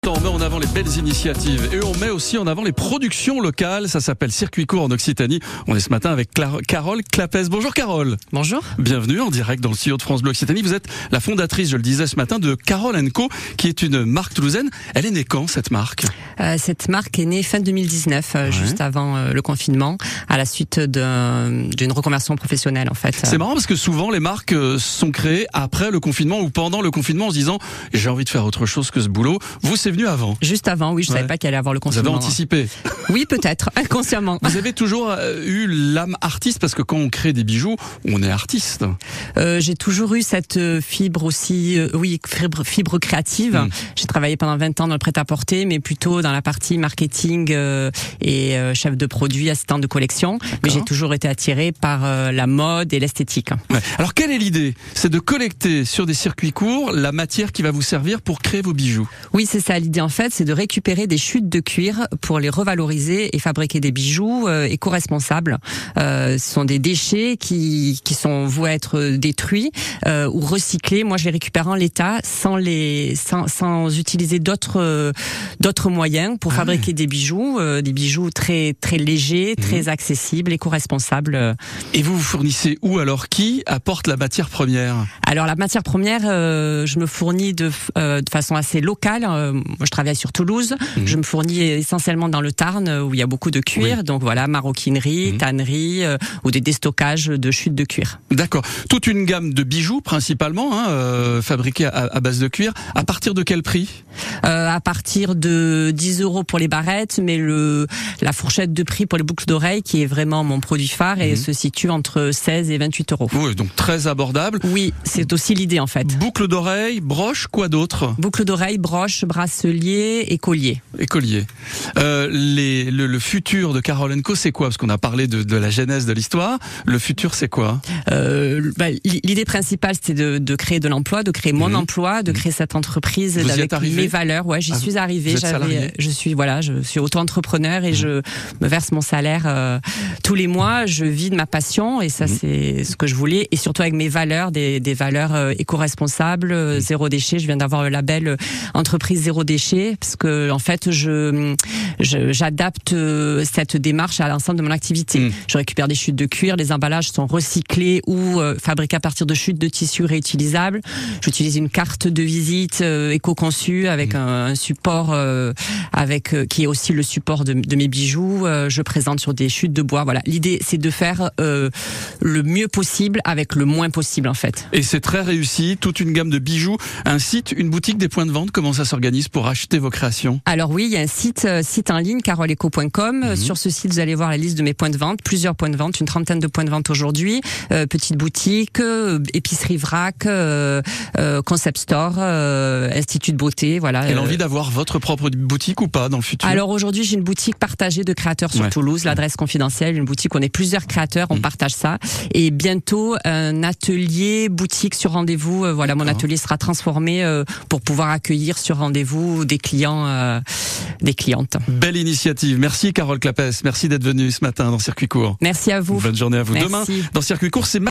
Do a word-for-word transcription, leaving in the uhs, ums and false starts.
On met en avant les belles initiatives et on met aussi en avant les productions locales. Ça s'appelle Circuit Court en Occitanie. On est ce matin avec Cla- Carole Clapès. Bonjour Carole. Bonjour. Bienvenue en direct dans le studio de France Bleu Occitanie. Vous êtes la fondatrice, je le disais ce matin, de Carole and Co, qui est une marque toulousaine. Elle est née quand, cette marque ? euh, Cette marque est née fin deux mille dix-neuf, euh, ouais. juste avant euh, le confinement, à la suite de, d'une reconversion professionnelle en fait. C'est marrant parce que souvent les marques sont créées après le confinement ou pendant le confinement en se disant j'ai envie de faire autre chose que ce boulot. Vous, c'est venu avant. Juste avant, oui, je ouais. savais pas qu'il allait avoir le confinement. Vous avez anticipé. Oui, peut-être, inconsciemment. Vous avez toujours eu l'âme artiste parce que quand on crée des bijoux, on est artiste. Euh, j'ai toujours eu cette fibre aussi, euh, oui, fibre, fibre créative. Mmh. J'ai travaillé pendant vingt ans dans le prêt-à-porter, mais plutôt dans la partie marketing euh, et euh, chef de produit, assistant de collection. D'accord. Mais j'ai toujours été attirée par euh, la mode et l'esthétique. Ouais. Alors, quelle est l'idée ? C'est de collecter sur des circuits courts la matière qui va vous servir pour créer vos bijoux. Oui, c'est ça. L'idée, en fait, c'est de récupérer des chutes de cuir pour les revaloriser et fabriquer des bijoux euh, éco-responsables. Euh, ce sont des déchets qui qui sont voués à être détruits euh, ou recyclés. Moi, je les récupère en l'état, sans les sans sans utiliser d'autres euh, d'autres moyens pour ah fabriquer ouais. des bijoux, euh, des bijoux très très légers, mmh. très accessibles, éco-responsables. Et vous vous fournissez où alors ? Qui apporte la matière première ? Alors la matière première, euh, je me fournis de euh, de façon assez locale. Euh, moi, je travaille sur Toulouse. Mmh. Je me fournis essentiellement dans le Tarn où il y a beaucoup de cuir. Oui. Donc voilà, maroquinerie, mmh. tannerie euh, ou des déstockages de chutes de cuir. D'accord. Toute une gamme de bijoux principalement, hein, euh, fabriqués à, à base de cuir. À partir de quel prix ? euh, À partir de dix euros pour les barrettes, mais le la fourchette de prix pour les boucles d'oreilles, qui est vraiment mon produit phare, mmh. et se situe entre seize et vingt-huit euros. Oui, donc très abordable. Oui, c'est aussi l'idée en fait. Boucles d'oreilles, broches, quoi d'autre ? Boucles d'oreilles, broches, bracelets et colliers. Et colliers. Euh, les, le, le futur de Carole and Co, c'est quoi ? Parce qu'on a parlé de, de la genèse de l'histoire. Le futur, c'est quoi ? euh, bah, L'idée principale, c'était de, de créer de l'emploi, de créer mon mmh. emploi, de créer cette entreprise Vous avec mes valeurs. Ouais, j'y ah, suis arrivée. J'avais, je suis voilà, je suis auto-entrepreneur et mmh. je me verse mon salaire euh, tous les mois. Je vis de ma passion et ça, mmh. c'est ce que je voulais. Et surtout avec mes valeurs, des, des valeurs euh, éco-responsables, euh, mmh. zéro déchet. Je viens d'avoir le label euh, entreprise zéro déchet parce que en fait, je, je j'adapte euh, cette démarche à l'ensemble de mon activité. Mmh. Je récupère des chutes de cuir, les emballages sont recyclés ou euh, fabriqués à partir de chutes de tissus réutilisables. J'utilise une carte de visite euh, éco-conçue avec mmh. un, un support euh, avec euh, qui est aussi le support de, de mes bijoux. Euh, je présente sur des chutes de bois. Voilà, l'idée c'est de faire euh, le mieux possible avec le moins possible en fait. Et c'est très réussi, toute une gamme de bijoux, un site, une boutique, des points de vente. Comment ça s'organise pour acheter vos créations ? Alors oui, il y a un site euh, site en ligne carole eco point com. Mmh. Sur ce site, vous allez voir la liste de mes points de vente, plusieurs points de vente, une trentaine de points de vente aujourd'hui, euh, petite boutique, euh, épicerie vrac, euh, euh, concept store, euh, institut de beauté, voilà. Et l'envie d'avoir votre propre boutique ou pas dans le futur ? Alors aujourd'hui, j'ai une boutique partagée de créateurs sur ouais. Toulouse, l'adresse confidentielle, une boutique où on est plusieurs créateurs, on mmh. partage ça. Et bientôt, un atelier boutique sur rendez-vous. Euh, voilà, D'accord. mon atelier sera transformé euh, pour pouvoir accueillir sur rendez-vous des clients, euh, des clientes. Belle initiative. Merci Carole Clapès. Merci d'être venue ce matin dans Circuit Court. Merci à vous. Bonne journée à vous. Merci. Demain, dans Circuit Court, c'est